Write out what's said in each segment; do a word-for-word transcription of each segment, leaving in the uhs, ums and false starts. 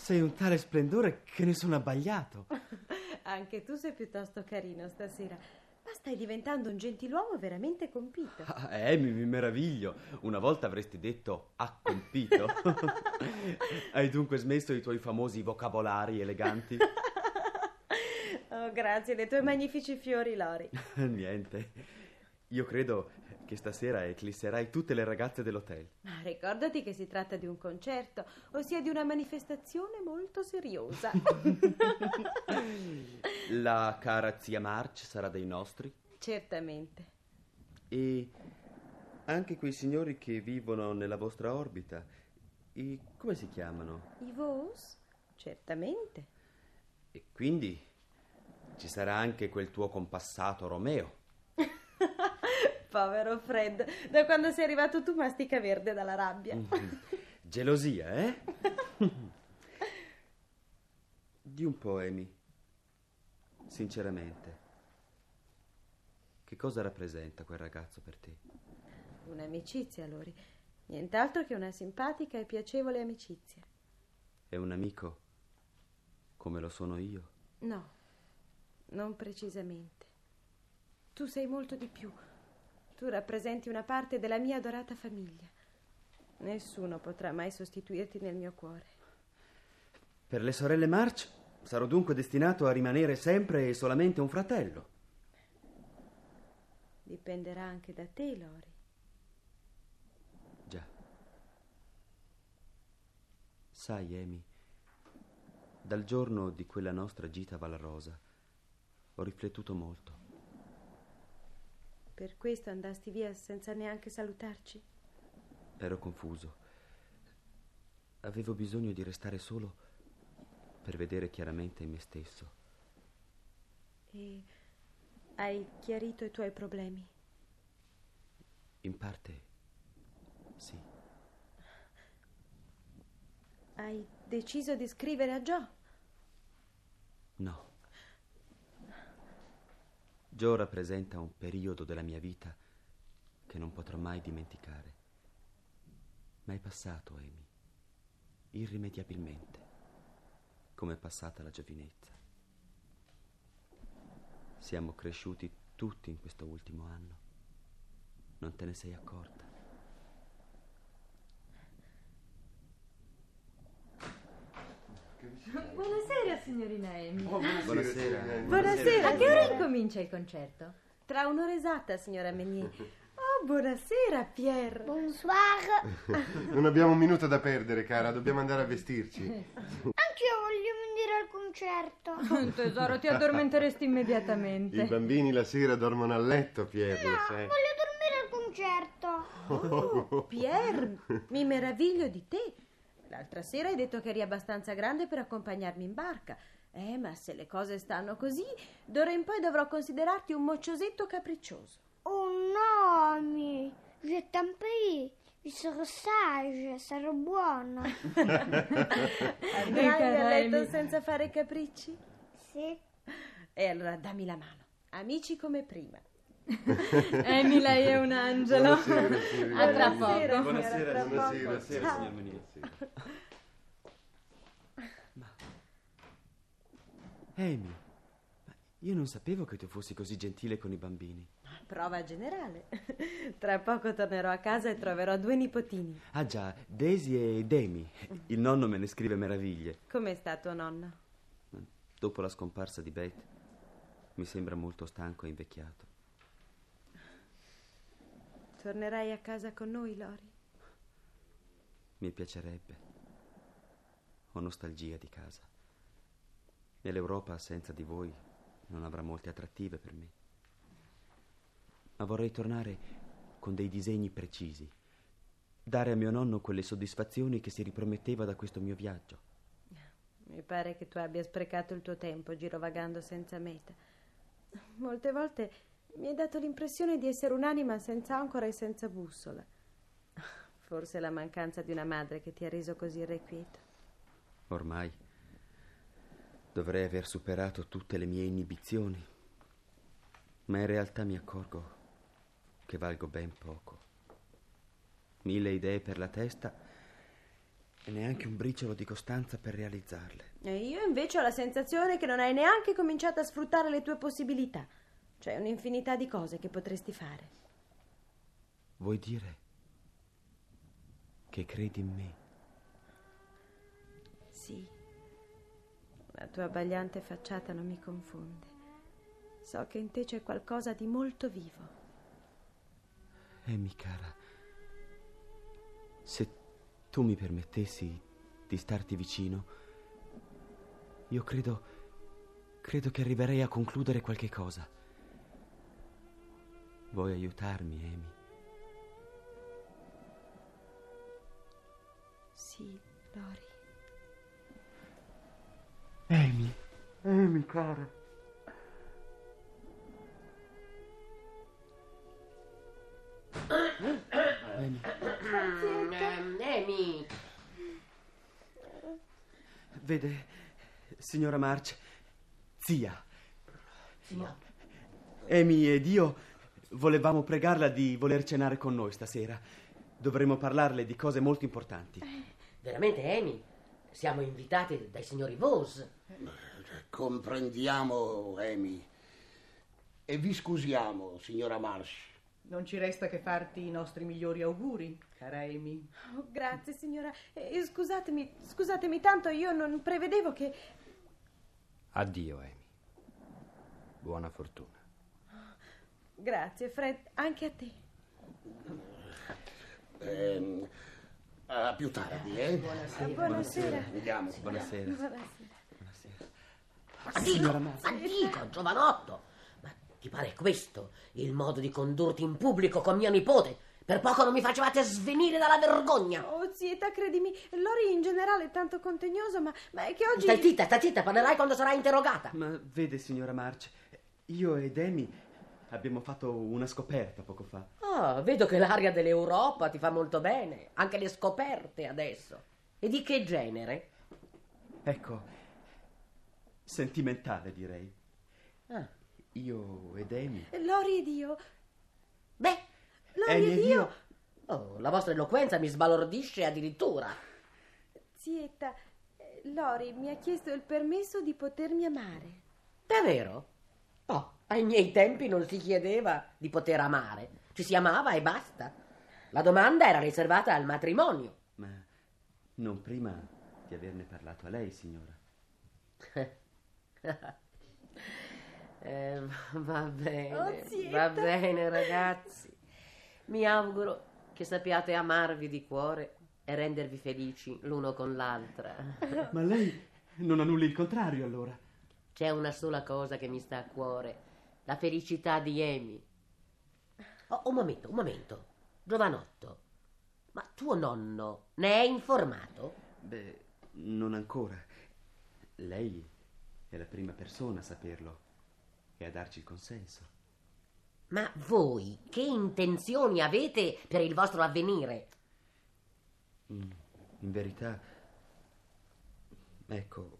sei un tale splendore che ne sono abbagliato. Anche tu sei piuttosto carino stasera, ma stai diventando un gentiluomo veramente compito. Ah, Amy, mi meraviglio. Una volta avresti detto accompito. Hai dunque smesso i tuoi famosi vocabolari eleganti? Oh, grazie dei tuoi magnifici fiori, Lori. Niente. Io credo che stasera eclisserai tutte le ragazze dell'hotel. Ma ricordati che si tratta di un concerto, ossia di una manifestazione molto seriosa. La cara zia March sarà dei nostri? Certamente. E anche quei signori che vivono nella vostra orbita, e come si chiamano? I Vos? Certamente. E quindi ci sarà anche quel tuo compassato Romeo. Povero Fred, da quando sei arrivato tu mastica verde dalla rabbia. Gelosia, eh? Di un po', Amy. Sinceramente, che cosa rappresenta quel ragazzo per te? Un'amicizia, Lori. Nient'altro che una simpatica e piacevole amicizia. È un amico come lo sono io? No, non precisamente. Tu sei molto di più. Tu rappresenti una parte della mia adorata famiglia. Nessuno potrà mai sostituirti nel mio cuore. Per le sorelle March sarò dunque destinato a rimanere sempre e solamente un fratello. Dipenderà anche da te, Lori. Già. Sai, Amy, dal giorno di quella nostra gita a Valrosa ho riflettuto molto. Per questo andasti via senza neanche salutarci? Ero confuso. Avevo bisogno di restare solo per vedere chiaramente me stesso. E hai chiarito i tuoi problemi? In parte, sì. Hai deciso di scrivere a Joe? No. Joe rappresenta un periodo della mia vita che non potrò mai dimenticare. Ma è passato, Amy, irrimediabilmente, come è passata la giovinezza. Siamo cresciuti tutti in questo ultimo anno. Non te ne sei accorta? Buonasera, signorina Amy. Oh, buonasera. Buonasera. Buonasera. A che ora incomincia il concerto? Tra un'ora esatta, signora Meunier. Oh, buonasera, Pierre. Bonsoir. Non abbiamo un minuto da perdere, cara. Dobbiamo andare a vestirci. Anch'io voglio venire al concerto. Tesoro, ti addormenteresti immediatamente. I bambini la sera dormono a letto, Pierre, No, lo sai. voglio dormire al concerto. Oh, Pierre, mi meraviglio di te. L'altra sera hai detto che eri abbastanza grande per accompagnarmi in barca. Eh, ma se le cose stanno così, d'ora in poi dovrò considerarti un mocciosetto capriccioso. Oh no, Ami, je t'en prie. Vi sarò sage, sarò buona. Andrai a letto senza fare capricci? Sì. E allora dammi la mano. Amici come prima. Amy, lei è un angelo. Buonasera, signorina. A tra Buonasera, poco. Buonasera, tra buonasera, poco. buonasera, Ciao. signor Meunier. Ma Amy, ma io non sapevo che tu fossi così gentile con i bambini. Prova generale. Tra poco tornerò a casa e troverò due nipotini. Ah già, Daisy e Demi. Il nonno me ne scrive meraviglie. Come sta tuo nonno? Dopo la scomparsa di Beth mi sembra molto stanco e invecchiato. Tornerai a casa con noi, Lori? Mi piacerebbe. Ho nostalgia di casa. Nell'Europa senza di voi non avrà molte attrattive per me. Ma vorrei tornare con dei disegni precisi, dare a mio nonno quelle soddisfazioni che si riprometteva da questo mio viaggio. Mi pare che tu abbia sprecato il tuo tempo girovagando senza meta. Molte volte mi hai dato l'impressione di essere un'anima senza ancora e senza bussola. Forse è la mancanza di una madre che ti ha reso così irrequieto. Ormai dovrei aver superato tutte le mie inibizioni, ma in realtà mi accorgo che valgo ben poco. Mille idee per la testa e neanche un briciolo di costanza per realizzarle. E io invece ho la sensazione che non hai neanche cominciato a sfruttare le tue possibilità. C'è un'infinità di cose che potresti fare. Vuoi dire che credi in me? Sì. La tua abbagliante facciata non mi confonde. So che in te c'è qualcosa di molto vivo. Amy, cara, se tu mi permettessi di starti vicino, io credo, credo che arriverei a concludere qualche cosa. Vuoi aiutarmi, Amy? Sì, Lori. Amy, Amy, cara. Amy. Amy. Vede, signora March, zia. Zia. Amy ed io volevamo pregarla di voler cenare con noi stasera. Dovremmo parlarle di cose molto importanti. Veramente, Amy? Siamo invitati dai signori Vos. Comprendiamo, Amy. E vi scusiamo, signora Marsh. Non ci resta che farti i nostri migliori auguri, cara Amy. Oh, grazie, signora. Eh, scusatemi, scusatemi tanto, io non prevedevo che... Addio, Amy. Buona fortuna. Grazie, Fred, anche a te. Eh, a più tardi, eh? Buonasera. Buonasera. Andiamo. Buonasera. Buonasera. Buonasera. Ma dico, ma dico, giovanotto, ma ti pare questo il modo di condurti in pubblico con mia nipote? Per poco non mi facevate svenire dalla vergogna. Oh, zietta, credimi, Lori in generale è tanto contegnoso, ma, ma è che oggi... Stai zitta, stai zitta, parlerai quando sarai interrogata. Ma vede, signora March, io ed Amy abbiamo fatto una scoperta poco fa. Ah, vedo che l'aria dell'Europa ti fa molto bene, anche le scoperte adesso. E di che genere? Ecco, sentimentale direi. Ah. Io ed Amy. Lori ed io... Beh, Lori Amy ed ed io... io... oh, la vostra eloquenza mi sbalordisce addirittura. Zietta, eh, Lori mi ha chiesto il permesso di potermi amare. Davvero? Oh, ai miei tempi non si chiedeva di poter amare, ci si amava e basta. La domanda era riservata al matrimonio. Ma non prima di averne parlato a lei, signora. eh, va bene, Oh, zietta. va bene ragazzi. Mi auguro che sappiate amarvi di cuore e rendervi felici l'uno con l'altra. Ma lei non ha nulla in contrario, allora? C'è una sola cosa che mi sta a cuore, la felicità di Amy. Oh, un momento, un momento. Giovanotto, ma tuo nonno ne è informato? Beh, non ancora. Lei è la prima persona a saperlo e a darci il consenso. Ma voi che intenzioni avete per il vostro avvenire? Mm, in verità, ecco,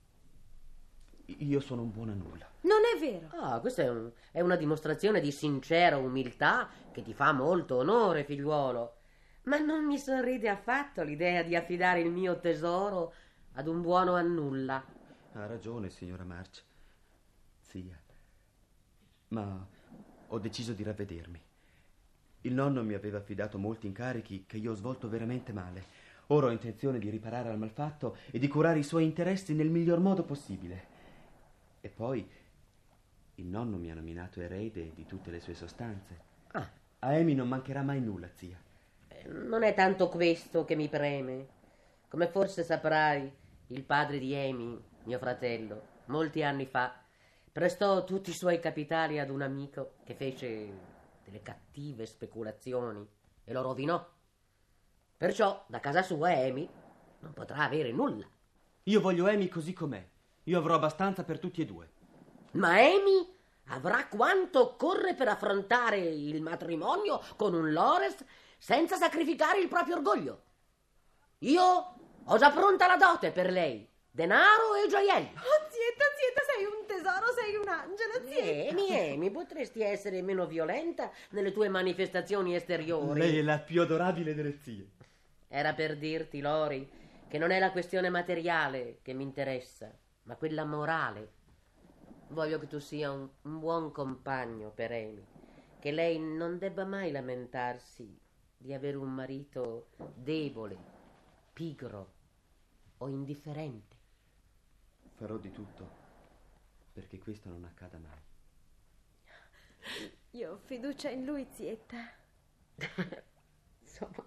io sono un buon a nulla. Non è vero. Ah, questa è, un- è una dimostrazione di sincera umiltà che ti fa molto onore, figliuolo. Ma non mi sorride affatto l'idea di affidare il mio tesoro ad un buono a nulla. Ha ragione, signora March. Zia. Ma ho deciso di ravvedermi. Il nonno mi aveva affidato molti incarichi che io ho svolto veramente male. Ora ho intenzione di riparare al malfatto e di curare i suoi interessi nel miglior modo possibile. E poi il nonno mi ha nominato erede di tutte le sue sostanze. Ah, A Amy non mancherà mai nulla, zia. eh, non è tanto questo che mi preme. Come forse saprai, il padre di Amy, mio fratello, molti anni fa, prestò tutti i suoi capitali ad un amico che fece delle cattive speculazioni e lo rovinò. Perciò da casa sua Amy non potrà avere nulla. Io voglio Amy così com'è. Io avrò abbastanza per tutti e due. Ma Amy avrà quanto occorre per affrontare il matrimonio con un Lores senza sacrificare il proprio orgoglio. Io ho già pronta la dote per lei, denaro e gioielli. Oh, zietta, zietta, sei un tesoro, sei un angelo, zietta. Amy, Amy, potresti essere meno violenta nelle tue manifestazioni esteriori. Lei è la più adorabile delle zie. Era per dirti, Lori, che non è la questione materiale che mi interessa, ma quella morale. Voglio che tu sia un, un buon compagno per Amy, che lei non debba mai lamentarsi di avere un marito debole, pigro o indifferente. Farò di tutto perché questo non accada mai. Io ho fiducia in lui, zietta. Insomma,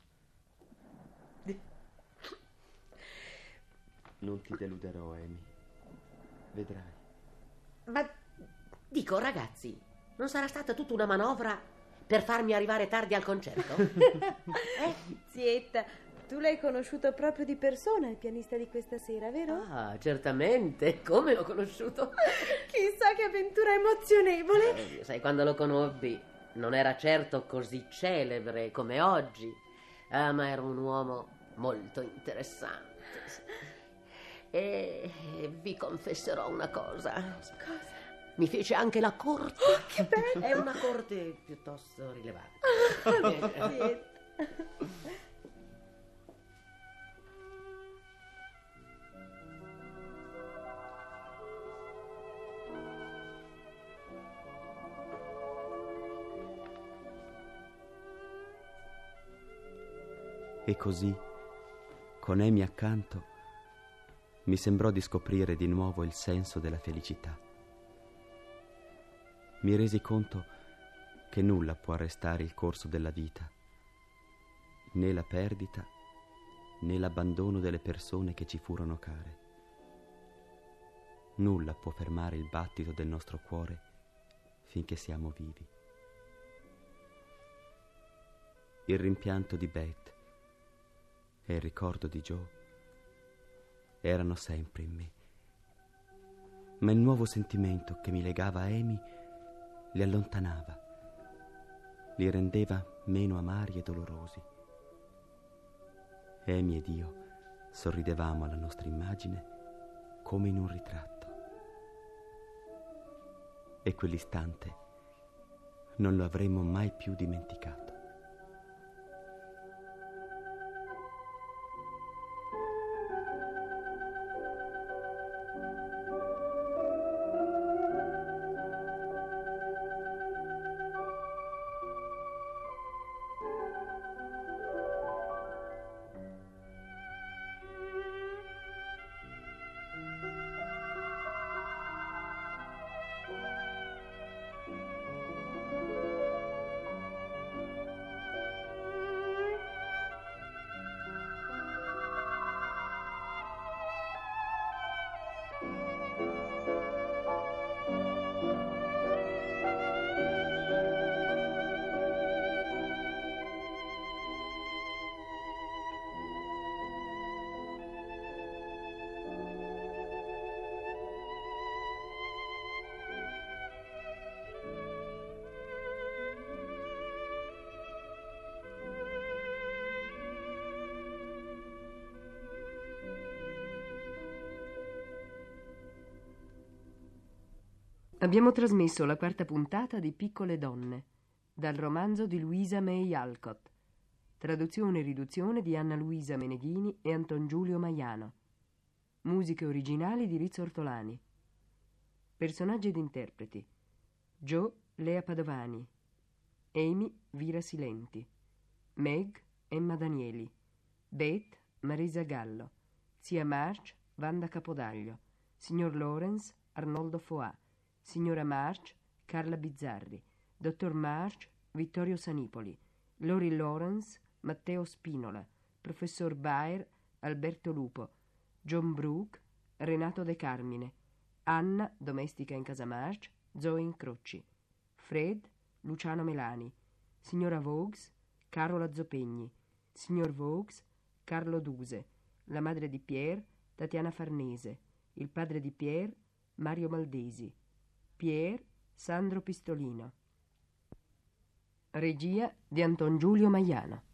Non ti deluderò, Amy. Vedrai. ma dico, ragazzi, non sarà stata tutta una manovra per farmi arrivare tardi al concerto? Eh, zietta, tu l'hai conosciuto proprio di persona, il pianista di questa sera, vero? Ah, certamente. Come l'ho conosciuto? Chissà che avventura emozionevole. Eh, sai, quando lo conobbi non era certo così celebre come oggi, ah, ma era un uomo molto interessante. E vi confesserò una cosa. Cosa? Mi fece anche la corte. Oh, che bello! È una corte piuttosto rilevante. Zietta. E così, con Amy accanto, mi sembrò di scoprire di nuovo il senso della felicità. Mi resi conto che nulla può arrestare il corso della vita, né la perdita, né l'abbandono delle persone che ci furono care. Nulla può fermare il battito del nostro cuore finché siamo vivi. Il rimpianto di Beth e il ricordo di Joe erano sempre in me, ma il nuovo sentimento che mi legava a Amy li allontanava, li rendeva meno amari e dolorosi. Amy ed io sorridevamo alla nostra immagine come in un ritratto, e quell'istante non lo avremmo mai più dimenticato. Abbiamo trasmesso la quarta puntata di Piccole donne, dal romanzo di Louisa May Alcott, traduzione e riduzione di Anna Luisa Meneghini e Anton Giulio Maiano, musiche originali di Rizzo Ortolani, personaggi ed interpreti: Joe Lea Padovani, Amy Vira Silenti, Meg Emma Danieli, Beth Marisa Gallo, zia March Wanda Capodaglio, signor Lawrence Arnoldo Foà, signora March Carla Bizzarri, dottor March Vittorio Sanipoli, Lori Lawrence Matteo Spinola, professor Baer Alberto Lupo, John Brooke Renato De Carmine, Anna, domestica in casa March, Zoe Incrocci, Fred Luciano Melani, signora Vaux Carola Zopegni, signor Vaux Carlo Duse, la madre di Pierre Tatiana Farnese, il padre di Pierre Mario Maldesi, Pierre Sandro Pistolino. Regia di Anton Giulio Maiano.